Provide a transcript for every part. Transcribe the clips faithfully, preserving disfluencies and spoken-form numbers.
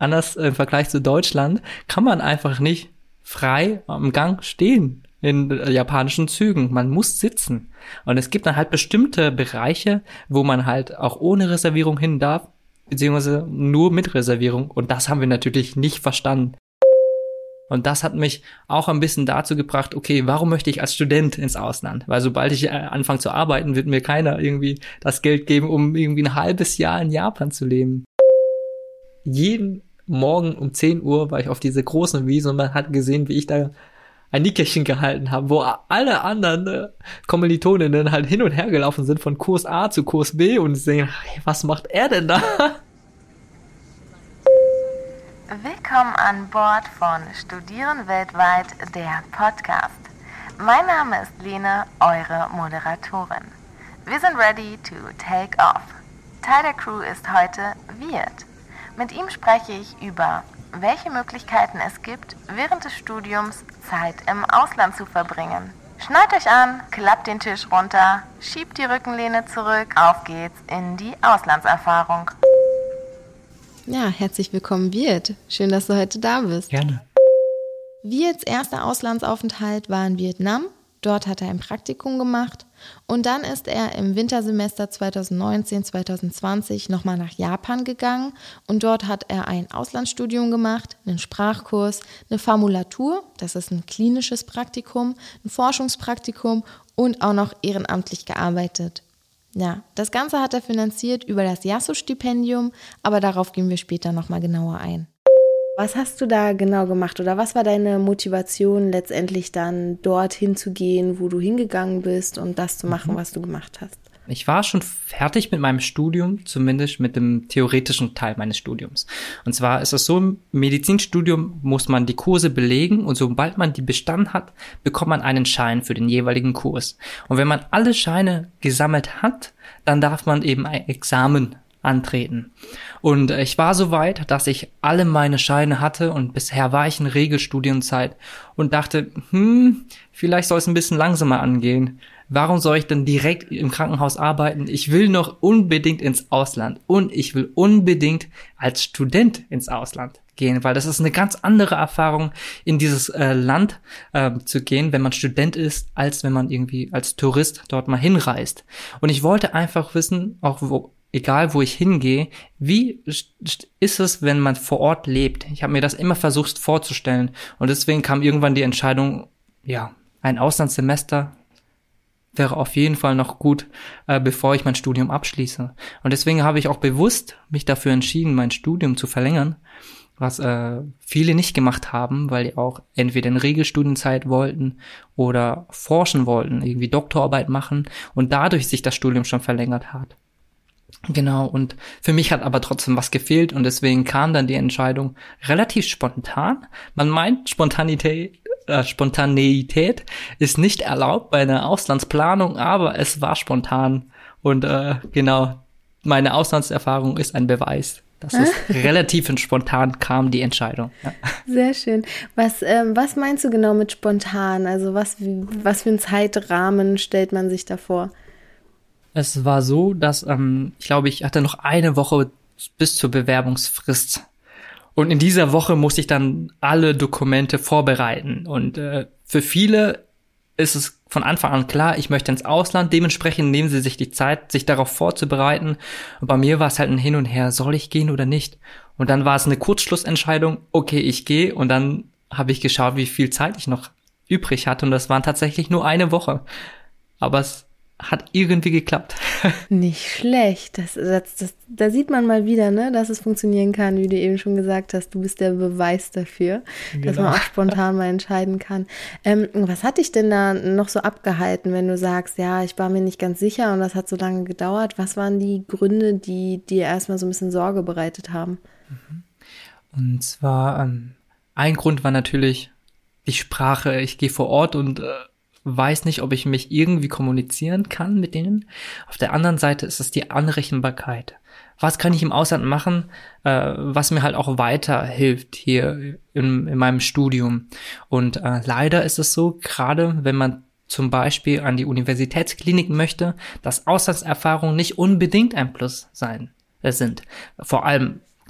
anders im Vergleich zu Deutschland, kann man einfach nicht frei am Gang stehen in japanischen Zügen. Man muss sitzen. Und es gibt dann halt bestimmte Bereiche, wo man halt auch ohne Reservierung hin darf, beziehungsweise nur mit Reservierung. Und das haben wir natürlich nicht verstanden. Und das hat mich auch ein bisschen dazu gebracht, okay, warum möchte ich als Student ins Ausland? Weil sobald ich anfange zu arbeiten, wird mir keiner irgendwie das Geld geben, um irgendwie ein halbes Jahr in Japan zu leben. Jeden Morgen um zehn Uhr war ich auf diese großen Wiese und man hat gesehen, wie ich da ein Nickerchen gehalten habe, wo alle anderen äh, Kommilitoninnen halt hin und her gelaufen sind von Kurs A zu Kurs B und sehen, hey, was macht er denn da? Willkommen an Bord von Studieren weltweit, der Podcast. Mein Name ist Lene, eure Moderatorin. Wir sind ready to take off. Teil der Crew ist heute Wirt. Mit ihm spreche ich über, welche Möglichkeiten es gibt, während des Studiums Zeit im Ausland zu verbringen. Schnallt euch an, klappt den Tisch runter, schiebt die Rückenlehne zurück, auf geht's in die Auslandserfahrung. Ja, herzlich willkommen, Wirt. Schön, dass du heute da bist. Gerne. Wirts erster Auslandsaufenthalt war in Vietnam. Dort hat er ein Praktikum gemacht und dann ist er im Wintersemester zwanzig neunzehn zwanzig zwanzig nochmal nach Japan gegangen und dort hat er ein Auslandsstudium gemacht, einen Sprachkurs, eine Formulatur, das ist ein klinisches Praktikum, ein Forschungspraktikum und auch noch ehrenamtlich gearbeitet. Ja, das Ganze hat er finanziert über das Yasu-Stipendium, aber darauf gehen wir später nochmal genauer ein. Was hast du da genau gemacht oder was war deine Motivation letztendlich dann dorthin zu gehen, wo du hingegangen bist und das zu machen, was du gemacht hast? Ich war schon fertig mit meinem Studium, zumindest mit dem theoretischen Teil meines Studiums. Und zwar ist es so, im Medizinstudium muss man die Kurse belegen und sobald man die bestanden hat, bekommt man einen Schein für den jeweiligen Kurs. Und wenn man alle Scheine gesammelt hat, dann darf man eben ein Examen antreten. Und ich war so weit, dass ich alle meine Scheine hatte und bisher war ich in Regelstudienzeit und dachte, hm, vielleicht soll es ein bisschen langsamer angehen. Warum soll ich denn direkt im Krankenhaus arbeiten? Ich will noch unbedingt ins Ausland und ich will unbedingt als Student ins Ausland gehen, weil das ist eine ganz andere Erfahrung, in dieses äh, Land äh, zu gehen, wenn man Student ist, als wenn man irgendwie als Tourist dort mal hinreist. Und ich wollte einfach wissen, auch wo egal wo ich hingehe, wie ist es, wenn man vor Ort lebt? Ich habe mir das immer versucht vorzustellen und deswegen kam irgendwann die Entscheidung, ja, ein Auslandssemester wäre auf jeden Fall noch gut, äh, bevor ich mein Studium abschließe. Und deswegen habe ich auch bewusst mich dafür entschieden, mein Studium zu verlängern, was äh, viele nicht gemacht haben, weil die auch entweder in Regelstudienzeit wollten oder forschen wollten, irgendwie Doktorarbeit machen und dadurch sich das Studium schon verlängert hat. Genau, und für mich hat aber trotzdem was gefehlt und deswegen kam dann die Entscheidung relativ spontan. Man meint, Spontanität, äh, Spontaneität ist nicht erlaubt bei einer Auslandsplanung, aber es war spontan und äh, genau, meine Auslandserfahrung ist ein Beweis, dass es relativ spontan kam, die Entscheidung. Ja. Sehr schön. Was, ähm, was meinst du genau mit spontan? Also was, was für einen Zeitrahmen stellt man sich da vor? Es war so, dass, ähm, ich glaube, ich hatte noch eine Woche bis zur Bewerbungsfrist. Und in dieser Woche musste ich dann alle Dokumente vorbereiten. Und äh, für viele ist es von Anfang an klar, ich möchte ins Ausland. Dementsprechend nehmen sie sich die Zeit, sich darauf vorzubereiten. Und bei mir war es halt ein Hin und Her, soll ich gehen oder nicht? Und dann war es eine Kurzschlussentscheidung, okay, ich gehe. Und dann habe ich geschaut, wie viel Zeit ich noch übrig hatte. Und das waren tatsächlich nur eine Woche. Aber es hat irgendwie geklappt. Nicht schlecht. Das, das, das, da sieht man mal wieder, ne, dass es funktionieren kann, wie du eben schon gesagt hast. Du bist der Beweis dafür, genau, dass man auch spontan mal entscheiden kann. Ähm, was hat dich denn da noch so abgehalten, wenn du sagst, ja, ich war mir nicht ganz sicher und das hat so lange gedauert? Was waren die Gründe, die dir erstmal so ein bisschen Sorge bereitet haben? Und zwar, ähm, ein Grund war natürlich die Sprache. Ich gehe vor Ort und äh, weiß nicht, ob ich mich irgendwie kommunizieren kann mit denen. Auf der anderen Seite ist es die Anrechenbarkeit. Was kann ich im Ausland machen, äh, was mir halt auch weiterhilft hier in, in meinem Studium? Und äh, leider ist es so, gerade wenn man zum Beispiel an die Universitätsklinik möchte, dass Auslandserfahrungen nicht unbedingt ein Plus sein äh, sind. Vor allem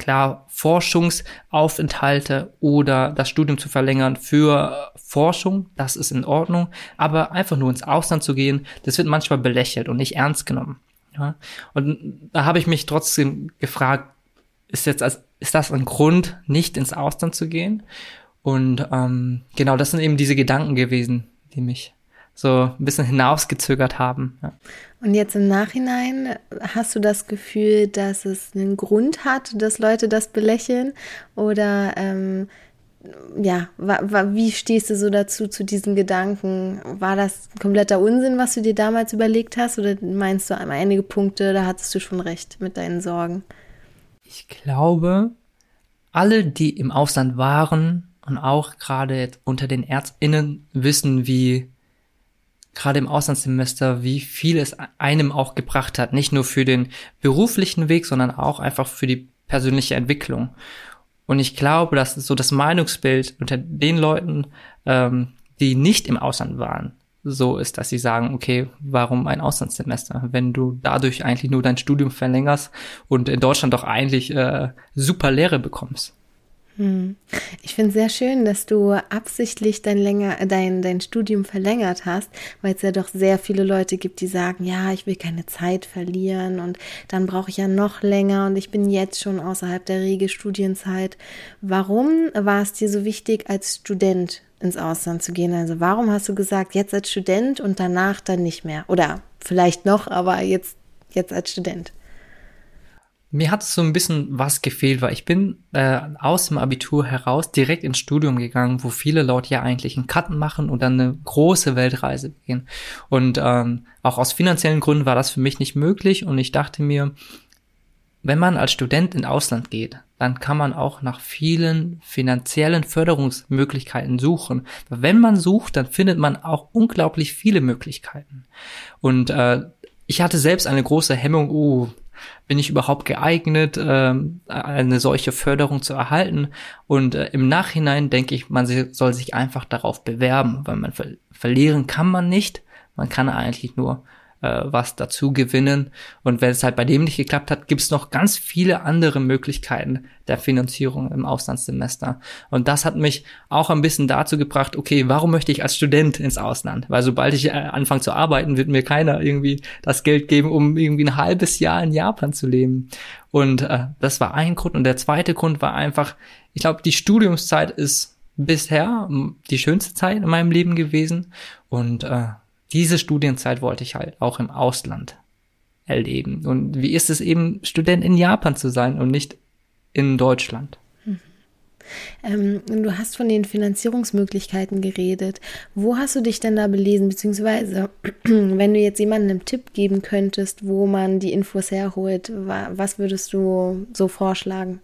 klar, Forschungsaufenthalte oder das Studium zu verlängern für Forschung, das ist in Ordnung, aber einfach nur ins Ausland zu gehen, das wird manchmal belächelt und nicht ernst genommen. Ja? Und da habe ich mich trotzdem gefragt, ist jetzt als, ist das ein Grund, nicht ins Ausland zu gehen? Und ähm, genau, das sind eben diese Gedanken gewesen, die mich so ein bisschen hinausgezögert haben. Ja. Und jetzt im Nachhinein, hast du das Gefühl, dass es einen Grund hat, dass Leute das belächeln? Oder ähm, ja, wa, wa, wie stehst du so dazu, zu diesen Gedanken? War das kompletter Unsinn, was du dir damals überlegt hast? Oder meinst du einige Punkte, da hattest du schon recht mit deinen Sorgen? Ich glaube, alle, die im Ausland waren und auch gerade jetzt unter den ÄrztInnen wissen, wie gerade im Auslandssemester, wie viel es einem auch gebracht hat. Nicht nur für den beruflichen Weg, sondern auch einfach für die persönliche Entwicklung. Und ich glaube, dass so das Meinungsbild unter den Leuten, ähm, die nicht im Ausland waren, so ist, dass sie sagen, okay, warum ein Auslandssemester, wenn du dadurch eigentlich nur dein Studium verlängerst und in Deutschland doch eigentlich äh, super Lehre bekommst. Hm. Ich finde es sehr schön, dass du absichtlich dein, länger, dein, dein Studium verlängert hast, weil es ja doch sehr viele Leute gibt, die sagen, ja, ich will keine Zeit verlieren und dann brauche ich ja noch länger und ich bin jetzt schon außerhalb der Regelstudienzeit. Warum war es dir so wichtig, als Student ins Ausland zu gehen? Also warum hast du gesagt, jetzt als Student und danach dann nicht mehr? Oder vielleicht noch, aber jetzt, jetzt als Student. Mir hat es so ein bisschen was gefehlt, weil ich bin äh, aus dem Abitur heraus direkt ins Studium gegangen, wo viele Leute ja eigentlich einen Cut machen und dann eine große Weltreise begehen. Und ähm, auch aus finanziellen Gründen war das für mich nicht möglich und ich dachte mir, wenn man als Student ins Ausland geht, dann kann man auch nach vielen finanziellen Förderungsmöglichkeiten suchen. Wenn man sucht, dann findet man auch unglaublich viele Möglichkeiten. Und äh, ich hatte selbst eine große Hemmung, oh, bin ich überhaupt geeignet, ähm, eine solche Förderung zu erhalten? Und äh, im Nachhinein denke ich, man soll sich einfach darauf bewerben, weil man ver- verlieren kann man nicht. Man kann eigentlich nur äh, was dazu gewinnen. Und wenn es halt bei dem nicht geklappt hat, gibt es noch ganz viele andere Möglichkeiten der Finanzierung im Auslandssemester. Und das hat mich auch ein bisschen dazu gebracht, okay, warum möchte ich als Student ins Ausland? Weil sobald ich äh, anfange zu arbeiten, wird mir keiner irgendwie das Geld geben, um irgendwie ein halbes Jahr in Japan zu leben. Und äh, das war ein Grund. Und der zweite Grund war einfach, ich glaube, die Studiumszeit ist bisher die schönste Zeit in meinem Leben gewesen. Und äh, diese Studienzeit wollte ich halt auch im Ausland erleben. Und wie ist es eben, Student in Japan zu sein und nicht in Deutschland? Mhm. Ähm, du hast von den Finanzierungsmöglichkeiten geredet. Wo hast du dich denn da belesen? Beziehungsweise, wenn du jetzt jemandem einen Tipp geben könntest, wo man die Infos herholt, was würdest du so vorschlagen?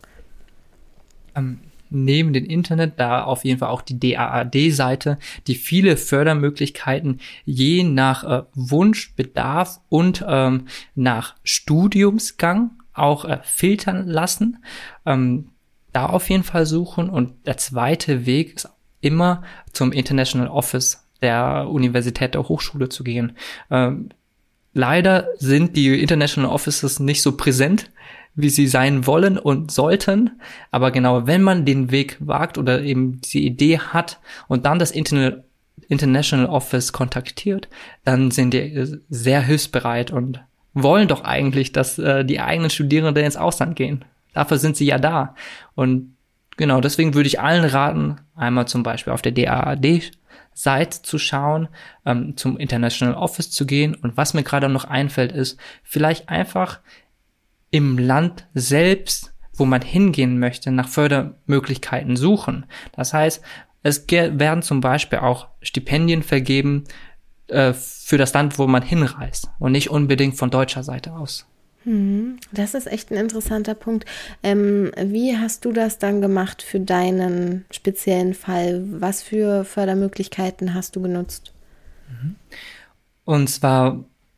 Ähm, Neben dem Internet da auf jeden Fall auch die D A A D-Seite, die viele Fördermöglichkeiten je nach äh, Wunsch, Bedarf und ähm, nach Studiumsgang auch äh, filtern lassen. Ähm, da auf jeden Fall suchen. Und der zweite Weg ist immer zum International Office der Universität der Hochschule zu gehen. Ähm, leider sind die International Offices nicht so präsent, wie sie sein wollen und sollten. Aber genau, wenn man den Weg wagt oder eben die Idee hat und dann das Interna- International Office kontaktiert, dann sind die sehr hilfsbereit und wollen doch eigentlich, dass äh, die eigenen Studierenden ins Ausland gehen. Dafür sind sie ja da. Und genau, deswegen würde ich allen raten, einmal zum Beispiel auf der D A A D-Seite zu schauen, ähm, zum International Office zu gehen. Und was mir gerade noch einfällt, ist vielleicht einfach im Land selbst, wo man hingehen möchte, nach Fördermöglichkeiten suchen. Das heißt, es ge- werden zum Beispiel auch Stipendien vergeben äh, für das Land, wo man hinreist und nicht unbedingt von deutscher Seite aus. Hm, das ist echt ein interessanter Punkt. Ähm, wie hast du das dann gemacht für deinen speziellen Fall? Was für Fördermöglichkeiten hast du genutzt? Und zwar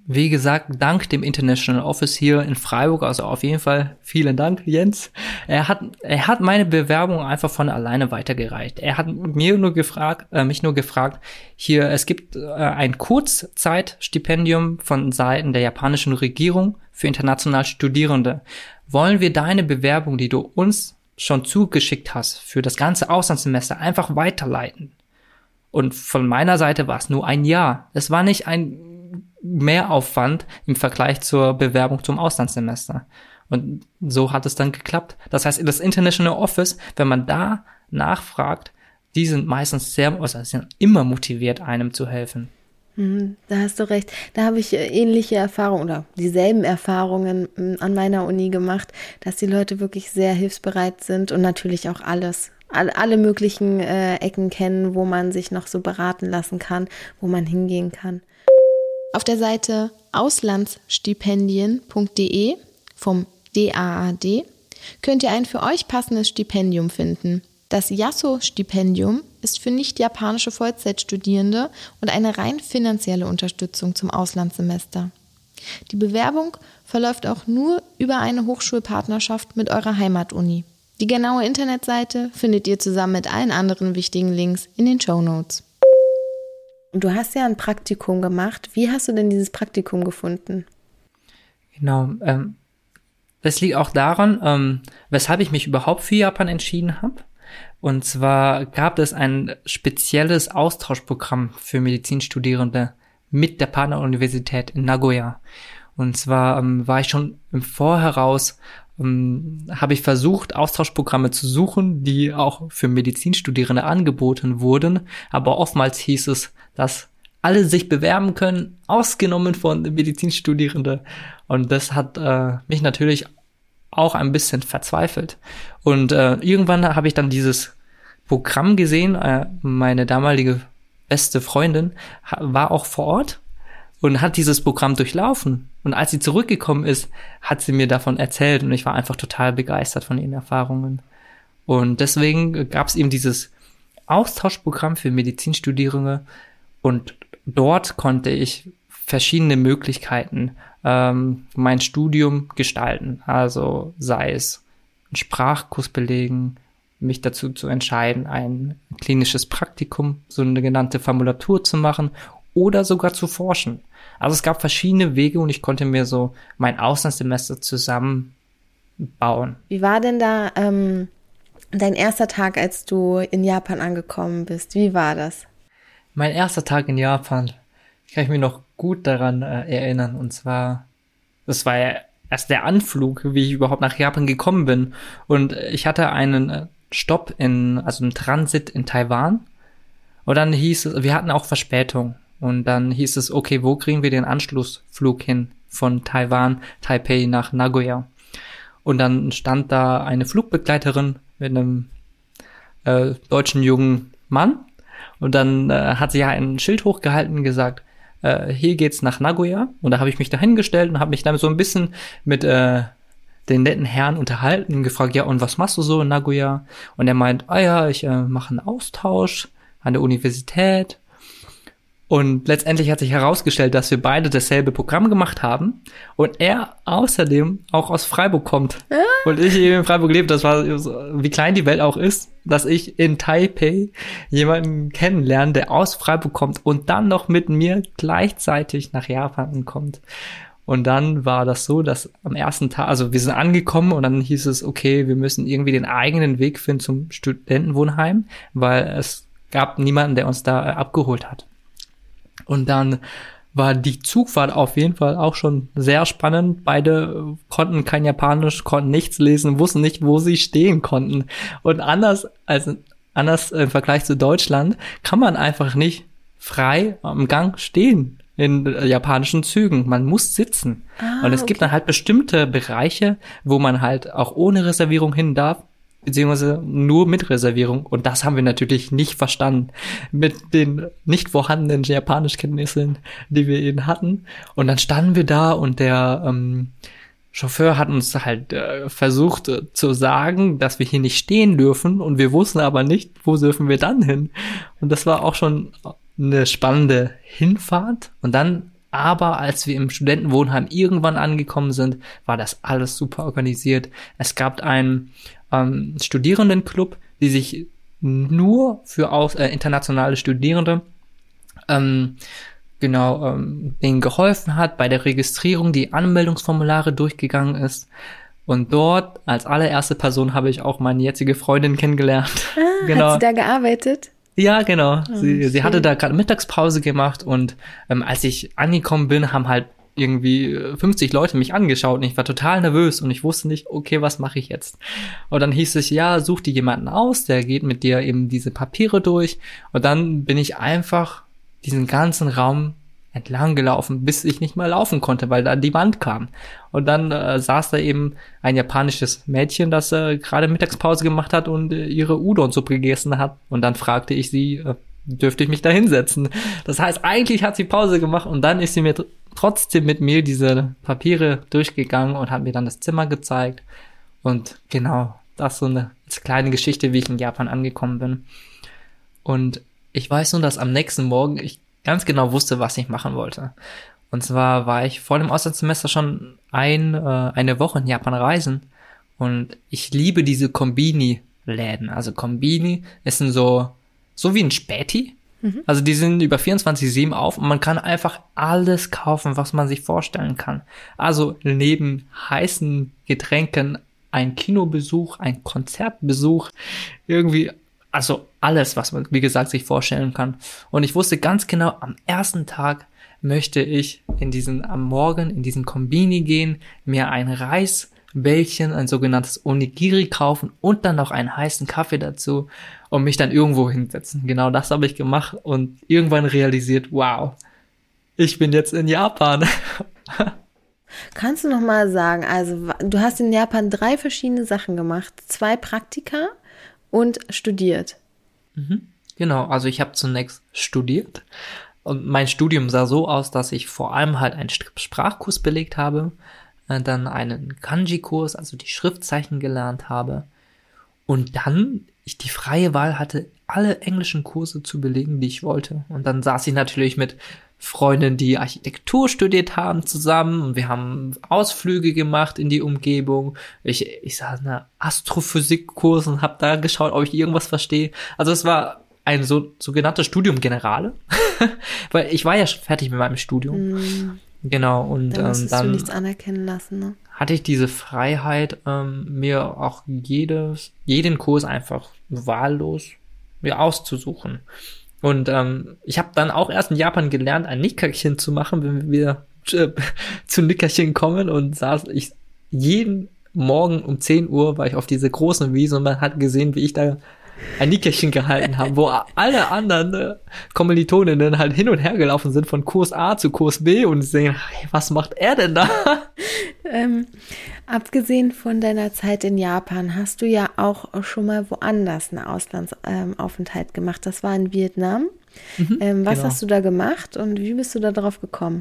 wie gesagt, dank dem International Office hier in Freiburg, also auf jeden Fall vielen Dank, Jens. Er hat, er hat meine Bewerbung einfach von alleine weitergereicht. Er hat mir nur gefragt, äh, mich nur gefragt, hier, es gibt äh, ein Kurzzeitstipendium von Seiten der japanischen Regierung für international Studierende. Wollen wir deine Bewerbung, die du uns schon zugeschickt hast, für das ganze Auslandssemester einfach weiterleiten? Und von meiner Seite war es nur ein Ja. Es war nicht ein Mehraufwand im Vergleich zur Bewerbung zum Auslandssemester. Und so hat es dann geklappt. Das heißt, das International Office, wenn man da nachfragt, die sind meistens sehr, also sind immer motiviert, einem zu helfen. Da hast du recht. Da habe ich ähnliche Erfahrungen oder dieselben Erfahrungen an meiner Uni gemacht, dass die Leute wirklich sehr hilfsbereit sind und natürlich auch alles, alle möglichen äh, Ecken kennen, wo man sich noch so beraten lassen kann, wo man hingehen kann. Auf der Seite auslandsstipendien punkt de vom D A A D könnt ihr ein für euch passendes Stipendium finden. Das Yasso-Stipendium ist für nicht-japanische Vollzeitstudierende und eine rein finanzielle Unterstützung zum Auslandssemester. Die Bewerbung verläuft auch nur über eine Hochschulpartnerschaft mit eurer Heimatuni. Die genaue Internetseite findet ihr zusammen mit allen anderen wichtigen Links in den Shownotes. Du hast ja ein Praktikum gemacht. Wie hast du denn dieses Praktikum gefunden? Genau, ähm, das liegt auch daran, ähm, weshalb ich mich überhaupt für Japan entschieden habe. Und zwar gab es ein spezielles Austauschprogramm für Medizinstudierende mit der Partneruniversität in Nagoya. Und zwar ähm, war ich schon im Vorheraus, ähm, habe ich versucht, Austauschprogramme zu suchen, die auch für Medizinstudierende angeboten wurden. Aber oftmals hieß es, dass alle sich bewerben können, ausgenommen von Medizinstudierenden. Und das hat äh, mich natürlich auch ein bisschen verzweifelt. Und äh, irgendwann habe ich dann dieses Programm gesehen. Äh, meine damalige beste Freundin ha- war auch vor Ort und hat dieses Programm durchlaufen. Und als sie zurückgekommen ist, hat sie mir davon erzählt und ich war einfach total begeistert von ihren Erfahrungen. Und deswegen gab es eben dieses Austauschprogramm für Medizinstudierende und dort konnte ich verschiedene Möglichkeiten ähm, mein Studium gestalten. Also sei es einen Sprachkurs belegen, mich dazu zu entscheiden, ein klinisches Praktikum, so eine genannte Formulatur zu machen oder sogar zu forschen. Also es gab verschiedene Wege und ich konnte mir so mein Auslandssemester zusammenbauen. Wie war denn da ähm, dein erster Tag, als du in Japan angekommen bist? Wie war das? Mein erster Tag in Japan, kann ich mich noch gut daran äh, erinnern. Und zwar, das war ja erst der Anflug, wie ich überhaupt nach Japan gekommen bin. Und ich hatte einen äh, Stopp in, also einen Transit in Taiwan. Und dann hieß es, wir hatten auch Verspätung. Und dann hieß es, okay, wo kriegen wir den Anschlussflug hin von Taiwan, Taipei nach Nagoya? Und dann stand da eine Flugbegleiterin mit einem äh, deutschen jungen Mann. Und dann äh, hat sie ja ein Schild hochgehalten und gesagt, äh, hier geht's nach Nagoya. Und da habe ich mich da hingestellt und habe mich dann so ein bisschen mit äh, den netten Herrn unterhalten und gefragt, ja, und was machst du so in Nagoya? Und er meint, ah ja, ich äh, mache einen Austausch an der Universität. Und letztendlich hat sich herausgestellt, dass wir beide dasselbe Programm gemacht haben und er außerdem auch aus Freiburg kommt. Ah. Und ich eben in Freiburg lebe. Das war so, wie klein die Welt auch ist, dass ich in Taipei jemanden kennenlerne, der aus Freiburg kommt und dann noch mit mir gleichzeitig nach Japan kommt. Und dann war das so, dass am ersten Tag, also wir sind angekommen und dann hieß es, okay, wir müssen irgendwie den eigenen Weg finden zum Studentenwohnheim, weil es gab niemanden, der uns da äh, abgeholt hat. Und dann war die Zugfahrt auf jeden Fall auch schon sehr spannend. Beide konnten kein Japanisch, konnten nichts lesen, wussten nicht, wo sie stehen konnten. Und anders als anders im Vergleich zu Deutschland kann man einfach nicht frei am Gang stehen in japanischen Zügen. Man muss sitzen. Ah, und es okay. gibt dann halt bestimmte Bereiche, wo man halt auch ohne Reservierung hin darf, beziehungsweise nur mit Reservierung. Und das haben wir natürlich nicht verstanden mit den nicht vorhandenen Japanischkenntnissen, die wir eben hatten. Und dann standen wir da und der ähm, Chauffeur hat uns halt äh, versucht äh, zu sagen, dass wir hier nicht stehen dürfen. Und wir wussten aber nicht, wo dürfen wir dann hin. Und das war auch schon eine spannende Hinfahrt. Und dann Aber als wir im Studentenwohnheim irgendwann angekommen sind, war das alles super organisiert. Es gab einen ähm, Studierendenclub, die sich nur für aus, äh, internationale Studierende ähm, genau ähm, denen geholfen hat, bei der Registrierung die Anmeldungsformulare durchgegangen ist. Und dort als allererste Person habe ich auch meine jetzige Freundin kennengelernt. Ah, genau. Hat sie da gearbeitet? Ja, genau. Oh, sie, sie hatte da gerade Mittagspause gemacht und ähm, als ich angekommen bin, haben halt irgendwie fünfzig Leute mich angeschaut und ich war total nervös und ich wusste nicht, okay, was mache ich jetzt? Und dann hieß es, ja, such dir jemanden aus, der geht mit dir eben diese Papiere durch und dann bin ich einfach diesen ganzen Raum entlang gelaufen, bis ich nicht mehr laufen konnte, weil da die Wand kam. Und dann äh, saß da eben ein japanisches Mädchen, das äh, gerade Mittagspause gemacht hat und äh, ihre Udon-Suppe gegessen hat. Und dann fragte ich sie, äh, dürfte ich mich da hinsetzen? Das heißt, eigentlich hat sie Pause gemacht und dann ist sie mir tr- trotzdem mit mir diese Papiere durchgegangen und hat mir dann das Zimmer gezeigt. Und genau, das ist so eine kleine Geschichte, wie ich in Japan angekommen bin. Und ich weiß nur, dass am nächsten Morgen ich ganz genau wusste, was ich machen wollte. Und zwar war ich vor dem Auslandssemester schon ein, äh, eine Woche in Japan reisen und ich liebe diese Konbini-Läden. Also Konbini ist ein so, so wie ein Späti. Mhm. Also die sind über vierundzwanzig sieben auf und man kann einfach alles kaufen, was man sich vorstellen kann. Also neben heißen Getränken ein Kinobesuch, ein Konzertbesuch, irgendwie also alles, was man, wie gesagt, sich vorstellen kann. Und ich wusste ganz genau, am ersten Tag möchte ich in diesen, am Morgen in diesen Konbini gehen, mir ein Reisbällchen, ein sogenanntes Onigiri kaufen und dann noch einen heißen Kaffee dazu und mich dann irgendwo hinsetzen. Genau das habe ich gemacht und irgendwann realisiert, wow, ich bin jetzt in Japan. Kannst du noch mal sagen, also du hast in Japan drei verschiedene Sachen gemacht, zwei Praktika und studiert. Mhm, genau, also ich habe zunächst studiert und mein Studium sah so aus, dass ich vor allem halt einen Sprachkurs belegt habe, äh, dann einen Kanji-Kurs, also die Schriftzeichen gelernt habe und dann ich die freie Wahl hatte, alle englischen Kurse zu belegen, die ich wollte. Und dann saß ich natürlich mit Freundinnen, die Architektur studiert haben, zusammen und wir haben Ausflüge gemacht in die Umgebung. Ich, ich saß in einer Astrophysikkurs und habe da geschaut, ob ich irgendwas verstehe. Also es war ein so sogenanntes Studium Generale, weil ich war ja schon fertig mit meinem Studium. Mm. Genau, und dann, ähm, dann du nichts anerkennen lassen, ne? hatte ich diese Freiheit, ähm, mir auch jedes, jeden Kurs einfach wahllos mir auszusuchen. Und ähm, ich habe dann auch erst in Japan gelernt, ein Nickerchen zu machen, wenn wir äh, zu Nickerchen kommen und saß ich jeden Morgen um zehn Uhr war ich auf diese großen Wiese und man hat gesehen, wie ich da ein Nickerchen gehalten habe, wo alle anderen äh, Kommilitoninnen halt hin und her gelaufen sind von Kurs A zu Kurs B und sehen, hey, was macht er denn da? Ähm, abgesehen von deiner Zeit in Japan hast du ja auch schon mal woanders einen Auslandsaufenthalt ähm, gemacht. Das war in Vietnam. Mhm, ähm, was genau. hast du da gemacht und wie bist du da drauf gekommen?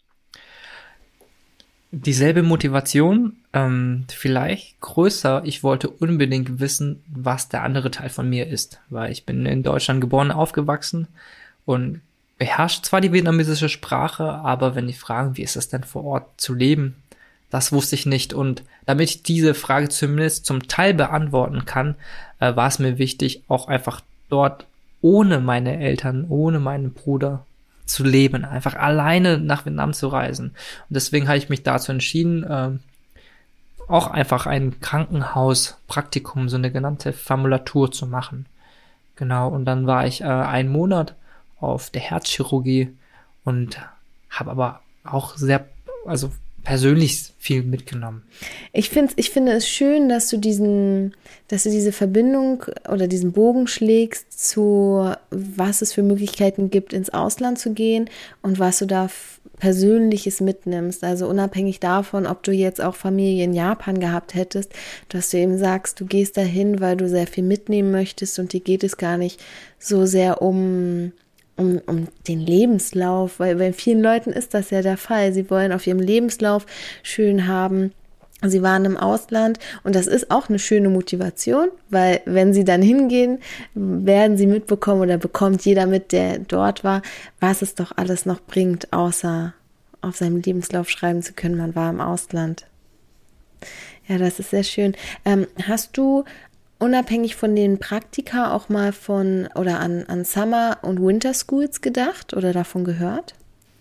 Dieselbe Motivation, ähm, vielleicht größer. Ich wollte unbedingt wissen, was der andere Teil von mir ist, weil ich bin in Deutschland geboren, aufgewachsen und beherrsche zwar die vietnamesische Sprache, aber wenn die fragen, wie ist es denn vor Ort zu leben, das wusste ich nicht. Und damit ich diese Frage zumindest zum Teil beantworten kann, äh, war es mir wichtig, auch einfach dort ohne meine Eltern, ohne meinen Bruder zu leben, einfach alleine nach Vietnam zu reisen. Und deswegen habe ich mich dazu entschieden, äh, auch einfach ein Krankenhauspraktikum, so eine genannte Formulatur zu machen. Genau, und dann war ich äh, einen Monat auf der Herzchirurgie und habe aber auch sehr, also persönlich viel mitgenommen. Ich finde, ich finde es schön, dass du diesen, dass du diese Verbindung oder diesen Bogen schlägst zu, was es für Möglichkeiten gibt, ins Ausland zu gehen und was du da Persönliches mitnimmst. Also unabhängig davon, ob du jetzt auch Familie in Japan gehabt hättest, dass du eben sagst, du gehst dahin, weil du sehr viel mitnehmen möchtest und dir geht es gar nicht so sehr um Um, um den Lebenslauf, weil bei vielen Leuten ist das ja der Fall. Sie wollen auf ihrem Lebenslauf schön haben, sie waren im Ausland und das ist auch eine schöne Motivation, weil wenn sie dann hingehen, werden sie mitbekommen oder bekommt jeder mit, der dort war, was es doch alles noch bringt, außer, auf seinem Lebenslauf schreiben zu können, man war im Ausland. Ja, das ist sehr schön. Ähm, hast du unabhängig von den Praktika auch mal von oder an, an Summer- und Winter Schools gedacht oder davon gehört?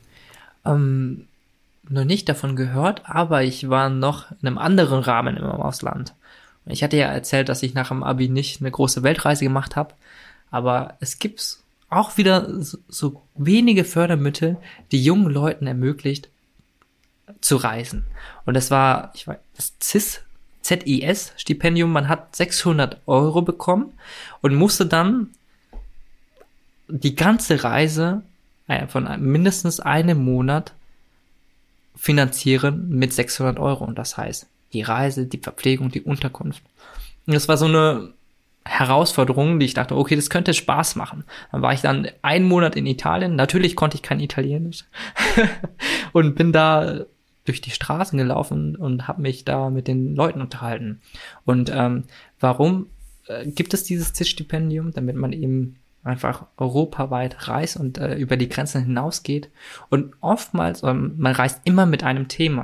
Ähm, noch nicht davon gehört, aber ich war noch in einem anderen Rahmen im Ausland. Ich hatte ja erzählt, dass ich nach dem Abi nicht eine große Weltreise gemacht habe, aber es gibt auch wieder so, so wenige Fördermittel, die jungen Leuten ermöglicht, zu reisen. Und das war, ich weiß, das C I S, Z I S-Stipendium, man hat sechshundert Euro bekommen und musste dann die ganze Reise von mindestens einem Monat finanzieren mit sechshundert Euro. Und das heißt, die Reise, die Verpflegung, die Unterkunft. Und das war so eine Herausforderung, die ich dachte, okay, das könnte Spaß machen. Dann war ich dann einen Monat in Italien. Natürlich konnte ich kein Italienisch und bin da durch die Straßen gelaufen und habe mich da mit den Leuten unterhalten. Und ähm, warum äh, gibt es dieses C I S-Stipendium? Damit man eben einfach europaweit reist und äh, über die Grenzen hinausgeht. Und oftmals, ähm, man reist immer mit einem Thema.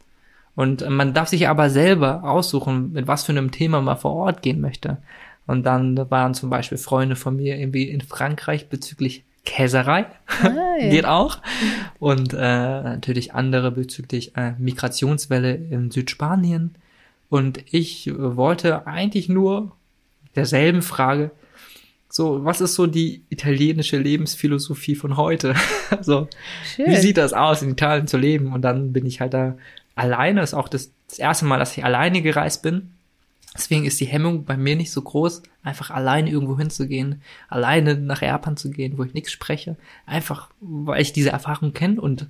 Und äh, man darf sich aber selber aussuchen, mit was für einem Thema man vor Ort gehen möchte. Und dann waren zum Beispiel Freunde von mir irgendwie in Frankreich bezüglich Käserei, ah, ja. Geht auch. Und äh, natürlich andere bezüglich äh, Migrationswelle in Südspanien. Und ich äh, wollte eigentlich nur derselben Frage, so, was ist so die italienische Lebensphilosophie von heute? So, schön. Wie sieht das aus, in Italien zu leben? Und dann bin ich halt da alleine. Das ist auch das, das erste Mal, dass ich alleine gereist bin. Deswegen ist die Hemmung bei mir nicht so groß, einfach alleine irgendwo hinzugehen, alleine nach Japan zu gehen, wo ich nichts spreche. Einfach, weil ich diese Erfahrung kenne und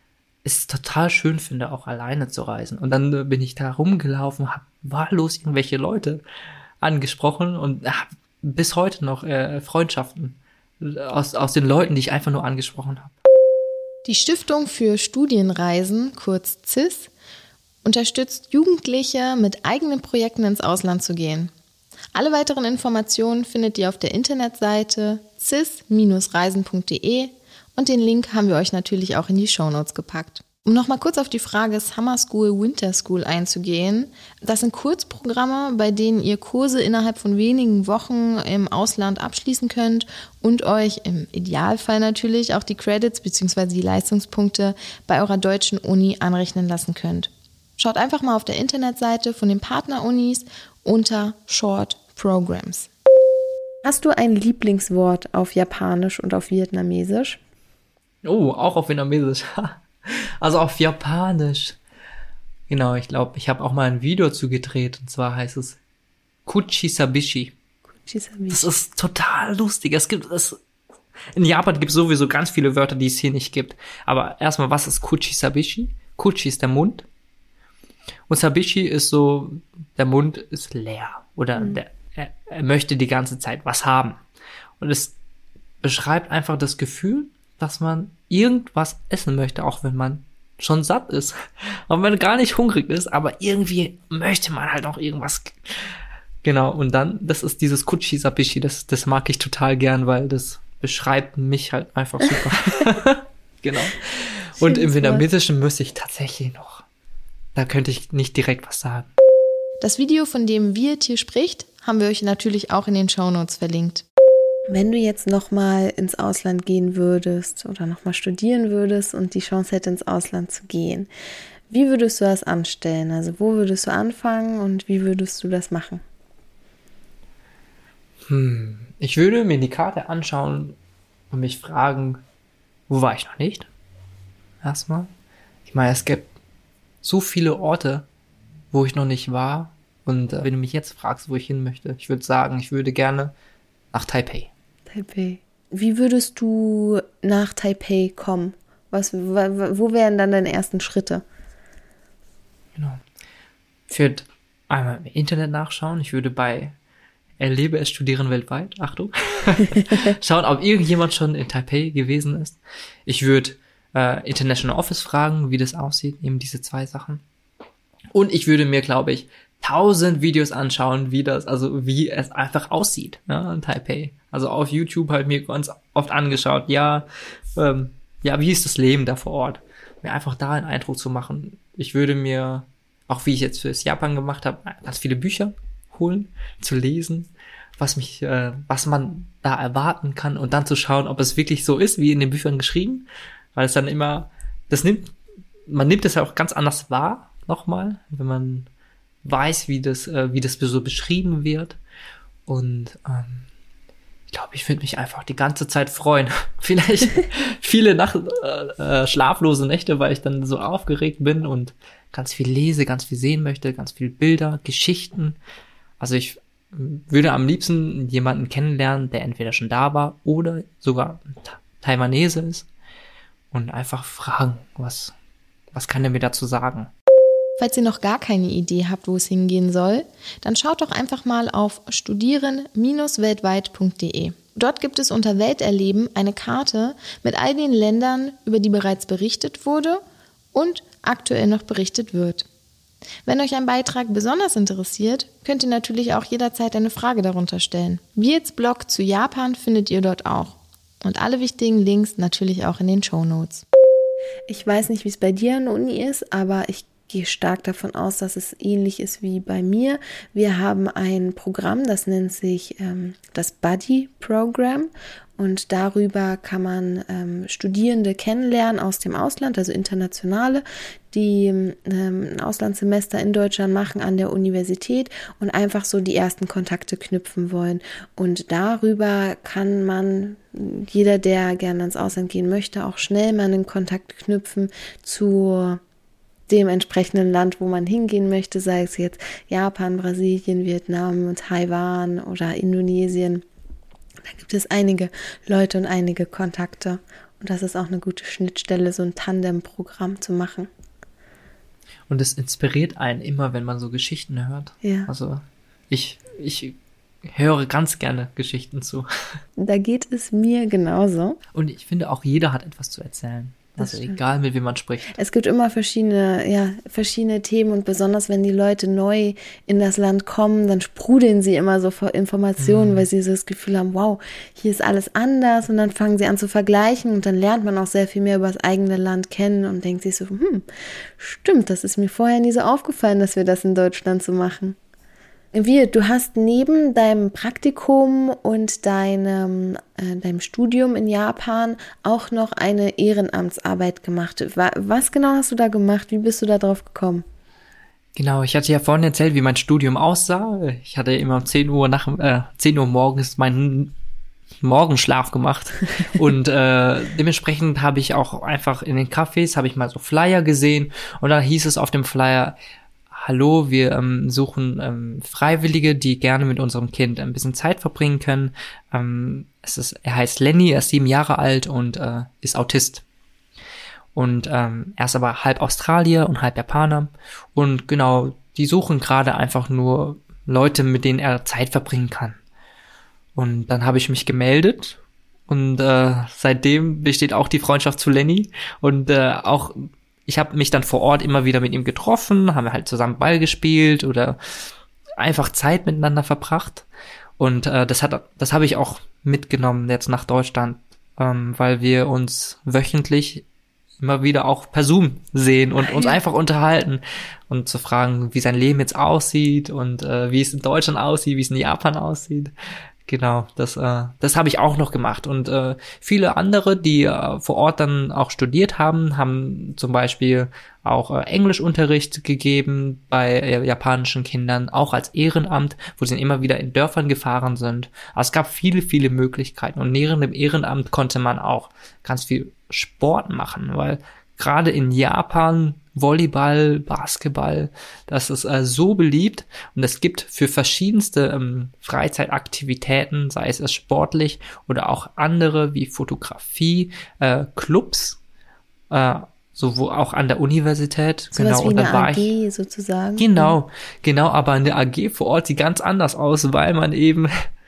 es total schön finde, auch alleine zu reisen. Und dann bin ich da rumgelaufen, habe wahllos irgendwelche Leute angesprochen und habe bis heute noch äh, Freundschaften aus, aus den Leuten, die ich einfach nur angesprochen habe. Die Stiftung für Studienreisen, kurz C I S, unterstützt Jugendliche, mit eigenen Projekten ins Ausland zu gehen. Alle weiteren Informationen findet ihr auf der Internetseite cis reisen punkt de und den Link haben wir euch natürlich auch in die Shownotes gepackt. Um nochmal kurz auf die Frage Summer School, Winter School einzugehen. Das sind Kurzprogramme, bei denen ihr Kurse innerhalb von wenigen Wochen im Ausland abschließen könnt und euch im Idealfall natürlich auch die Credits bzw. die Leistungspunkte bei eurer deutschen Uni anrechnen lassen könnt. Schaut einfach mal auf der Internetseite von den Partnerunis unter Short Programs. Hast du ein Lieblingswort auf Japanisch und auf Vietnamesisch? Oh, auch auf Vietnamesisch. Also auf Japanisch. Genau, ich glaube, ich habe auch mal ein Video zugedreht und zwar heißt es Kuchisabishi. Kuchisabishi. Das ist total lustig. Es gibt es in Japan gibt es sowieso ganz viele Wörter, die es hier nicht gibt. Aber erstmal, was ist Kuchisabishi? Kuchi ist der Mund. Und Sabishi ist so, der Mund ist leer oder mhm. der, er, er möchte die ganze Zeit was haben. Und es beschreibt einfach das Gefühl, dass man irgendwas essen möchte, auch wenn man schon satt ist. Auch wenn man gar nicht hungrig ist, aber irgendwie möchte man halt auch irgendwas. Genau, und dann, das ist dieses Kuchi-Sabishi, das, das mag ich total gern, weil das beschreibt mich halt einfach super. Genau. Und im Vietnamesischen müsste ich tatsächlich noch. Da könnte ich nicht direkt was sagen. Das Video, von dem Wirt hier spricht, haben wir euch natürlich auch in den Shownotes verlinkt. Wenn du jetzt nochmal ins Ausland gehen würdest oder nochmal studieren würdest und die Chance hätte, ins Ausland zu gehen, wie würdest du das anstellen? Also wo würdest du anfangen und wie würdest du das machen? Hm, ich würde mir die Karte anschauen und mich fragen, wo war ich noch nicht? Erstmal. Ich meine, es gibt so viele Orte, wo ich noch nicht war. Und äh, wenn du mich jetzt fragst, wo ich hin möchte, ich würde sagen, ich würde gerne nach Taipei. Taipei. Wie würdest du nach Taipei kommen? Was, wo wären dann deine ersten Schritte? Genau. Ich würde einmal im Internet nachschauen. Ich würde bei Erlebe es studieren weltweit, Achtung, schauen, ob irgendjemand schon in Taipei gewesen ist. Ich würde äh, International Office fragen, wie das aussieht, eben diese zwei Sachen. Und ich würde mir, glaube ich, tausend Videos anschauen, wie das, also wie es einfach aussieht, ne, in Taipei. Also auf YouTube halt mir ganz oft angeschaut, ja, ähm, ja, wie ist das Leben da vor Ort? mir einfach da einen Eindruck zu machen. Ich würde mir, auch wie ich jetzt fürs Japan gemacht habe, ganz viele Bücher holen, zu lesen, was mich, äh, was man da erwarten kann und dann zu schauen, ob es wirklich so ist, wie in den Büchern geschrieben, weil es dann immer, das nimmt, man nimmt es ja auch ganz anders wahr, nochmal, wenn man weiß, wie das, äh, wie das so beschrieben wird. Und ähm, ich glaube, ich würde mich einfach die ganze Zeit freuen. Vielleicht viele Nacht, äh, äh, schlaflose Nächte, weil ich dann so aufgeregt bin und ganz viel lese, ganz viel sehen möchte, ganz viel Bilder, Geschichten. Also ich würde am liebsten jemanden kennenlernen, der entweder schon da war oder sogar Taiwanese ist und einfach fragen, was, was kann der mir dazu sagen? Falls ihr noch gar keine Idee habt, wo es hingehen soll, dann schaut doch einfach mal auf studieren Bindestrich weltweit Punkt de. Dort gibt es unter Welterleben eine Karte mit all den Ländern, über die bereits berichtet wurde und aktuell noch berichtet wird. Wenn euch ein Beitrag besonders interessiert, könnt ihr natürlich auch jederzeit eine Frage darunter stellen. Wiels Blog zu Japan findet ihr dort auch. Und alle wichtigen Links natürlich auch in den Shownotes. Ich weiß nicht, wie es bei dir an der Uni ist, aber ich gehe stark davon aus, dass es ähnlich ist wie bei mir. Wir haben ein Programm, das nennt sich ähm, das Buddy-Programm. Und darüber kann man ähm, Studierende kennenlernen aus dem Ausland, also Internationale, die ähm, ein Auslandssemester in Deutschland machen an der Universität und einfach so die ersten Kontakte knüpfen wollen. Und darüber kann man, jeder, der gerne ins Ausland gehen möchte, auch schnell mal einen Kontakt knüpfen zu dem entsprechenden Land, wo man hingehen möchte, sei es jetzt Japan, Brasilien, Vietnam, Taiwan oder Indonesien. Da gibt es einige Leute und einige Kontakte. Und das ist auch eine gute Schnittstelle, so ein Tandem-Programm zu machen. Und es inspiriert einen immer, wenn man so Geschichten hört. Ja. Also ich, ich höre ganz gerne Geschichten zu. Da geht es mir genauso. Und ich finde, auch jeder hat etwas zu erzählen. Also egal, mit wem man spricht. Es gibt immer verschiedene, ja, verschiedene Themen und besonders wenn die Leute neu in das Land kommen, dann sprudeln sie immer so vor Informationen, mhm. weil sie so das Gefühl haben, wow, hier ist alles anders und dann fangen sie an zu vergleichen und dann lernt man auch sehr viel mehr über das eigene Land kennen und denkt sich so, hm, stimmt, das ist mir vorher nie so aufgefallen, dass wir das in Deutschland so machen. Wie, du hast neben deinem Praktikum und deinem, äh, deinem Studium in Japan auch noch eine Ehrenamtsarbeit gemacht. Was genau hast du da gemacht? Wie bist du da drauf gekommen? Genau, ich hatte ja vorhin erzählt, wie mein Studium aussah. Ich hatte immer um zehn Uhr nach äh, zehn Uhr morgens meinen Morgenschlaf gemacht und äh, dementsprechend habe ich auch einfach in den Cafés habe ich mal so Flyer gesehen und da hieß es auf dem Flyer: Hallo, wir ähm, suchen ähm, Freiwillige, die gerne mit unserem Kind ein bisschen Zeit verbringen können. Ähm, es ist, er heißt Lenny, er ist sieben Jahre alt und äh, ist Autist. Und ähm, er ist aber halb Australier und halb Japaner. Und genau, die suchen gerade einfach nur Leute, mit denen er Zeit verbringen kann. Und dann habe ich mich gemeldet und äh, seitdem besteht auch die Freundschaft zu Lenny und äh, auch ich habe mich dann vor Ort immer wieder mit ihm getroffen, haben wir halt zusammen Ball gespielt oder einfach Zeit miteinander verbracht. Und äh, das hat, das habe ich auch mitgenommen jetzt nach Deutschland, ähm, weil wir uns wöchentlich immer wieder auch per Zoom sehen und uns einfach unterhalten und zu fragen, wie sein Leben jetzt aussieht und äh, wie es in Deutschland aussieht, wie es in Japan aussieht. Genau, das äh, das habe ich auch noch gemacht und äh, viele andere, die äh, vor Ort dann auch studiert haben, haben zum Beispiel auch äh, Englischunterricht gegeben bei äh, japanischen Kindern, auch als Ehrenamt, wo sie dann immer wieder in Dörfern gefahren sind. Also es gab viele, viele Möglichkeiten und neben dem Ehrenamt konnte man auch ganz viel Sport machen, weil gerade in Japan Volleyball, Basketball, das ist äh, so beliebt und es gibt für verschiedenste ähm, Freizeitaktivitäten, sei es sportlich oder auch andere wie Fotografie, äh, Clubs, äh, so wo auch an der Universität. So genau, was wie und da eine war A G ich, sozusagen. Genau, genau, aber eine A G vor Ort sieht ganz anders aus, weil man eben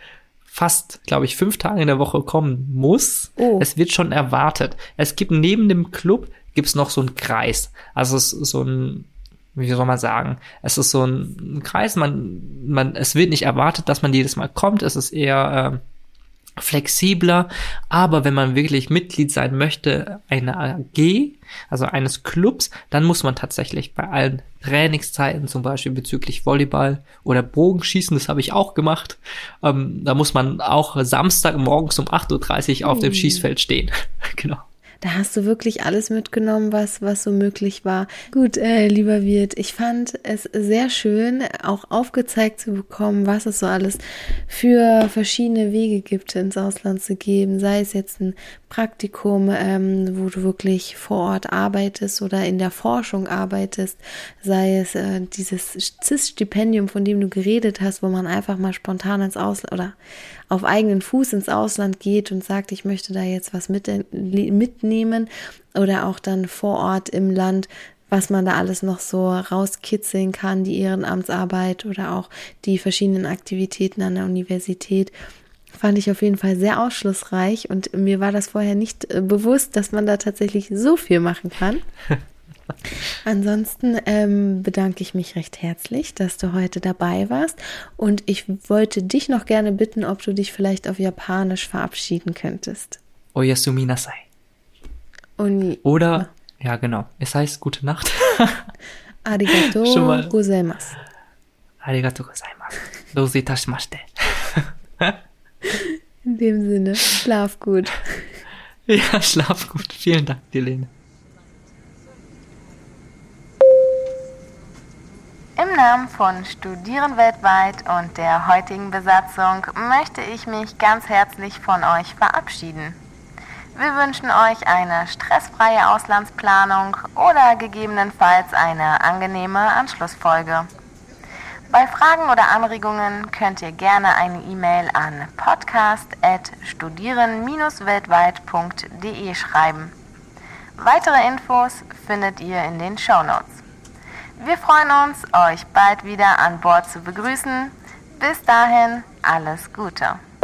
fast, glaube ich, fünf Tage in der Woche kommen muss. Oh. Es wird schon erwartet. Es gibt neben dem Club gibt's noch so einen Kreis. Also es ist so ein, wie soll man sagen, es ist so ein Kreis, man, man, es wird nicht erwartet, dass man jedes Mal kommt. Es ist eher, äh, flexibler, aber wenn man wirklich Mitglied sein möchte einer A G, also eines Clubs, dann muss man tatsächlich bei allen Trainingszeiten, zum Beispiel bezüglich Volleyball oder Bogenschießen, das habe ich auch gemacht, ähm, da muss man auch Samstag morgens um acht Uhr dreißig auf dem Schießfeld stehen. Genau. Da hast du wirklich alles mitgenommen, was, was so möglich war. Gut, äh, lieber Wirt, ich fand es sehr schön, auch aufgezeigt zu bekommen, was es so alles für verschiedene Wege gibt, ins Ausland zu gehen. Sei es jetzt ein Praktikum, ähm, wo du wirklich vor Ort arbeitest oder in der Forschung arbeitest, sei es äh, dieses C I S-Stipendium, von dem du geredet hast, wo man einfach mal spontan ins Ausland oder auf eigenen Fuß ins Ausland geht und sagt, ich möchte da jetzt was mit, mitnehmen, oder auch dann vor Ort im Land, was man da alles noch so rauskitzeln kann, die Ehrenamtsarbeit oder auch die verschiedenen Aktivitäten an der Universität. Fand ich auf jeden Fall sehr aufschlussreich und mir war das vorher nicht äh, bewusst, dass man da tatsächlich so viel machen kann. Ansonsten ähm, bedanke ich mich recht herzlich, dass du heute dabei warst, und ich wollte dich noch gerne bitten, ob du dich vielleicht auf Japanisch verabschieden könntest. Oyasumi nasai. Und, Oder, ja genau, es heißt gute Nacht. Arigatou gozaimasu. Arigatou gozaimasu. Dousei itashimashite. In dem Sinne, schlaf gut. Ja, schlaf gut. Vielen Dank dir, Lene. Im Namen von Studieren weltweit und der heutigen Besatzung möchte ich mich ganz herzlich von euch verabschieden. Wir wünschen euch eine stressfreie Auslandsplanung oder gegebenenfalls eine angenehme Anschlussfolge. Bei Fragen oder Anregungen könnt ihr gerne eine E-Mail an podcast at studieren Bindestrich weltweit punkt de schreiben. Weitere Infos findet ihr in den Shownotes. Wir freuen uns, euch bald wieder an Bord zu begrüßen. Bis dahin, alles Gute.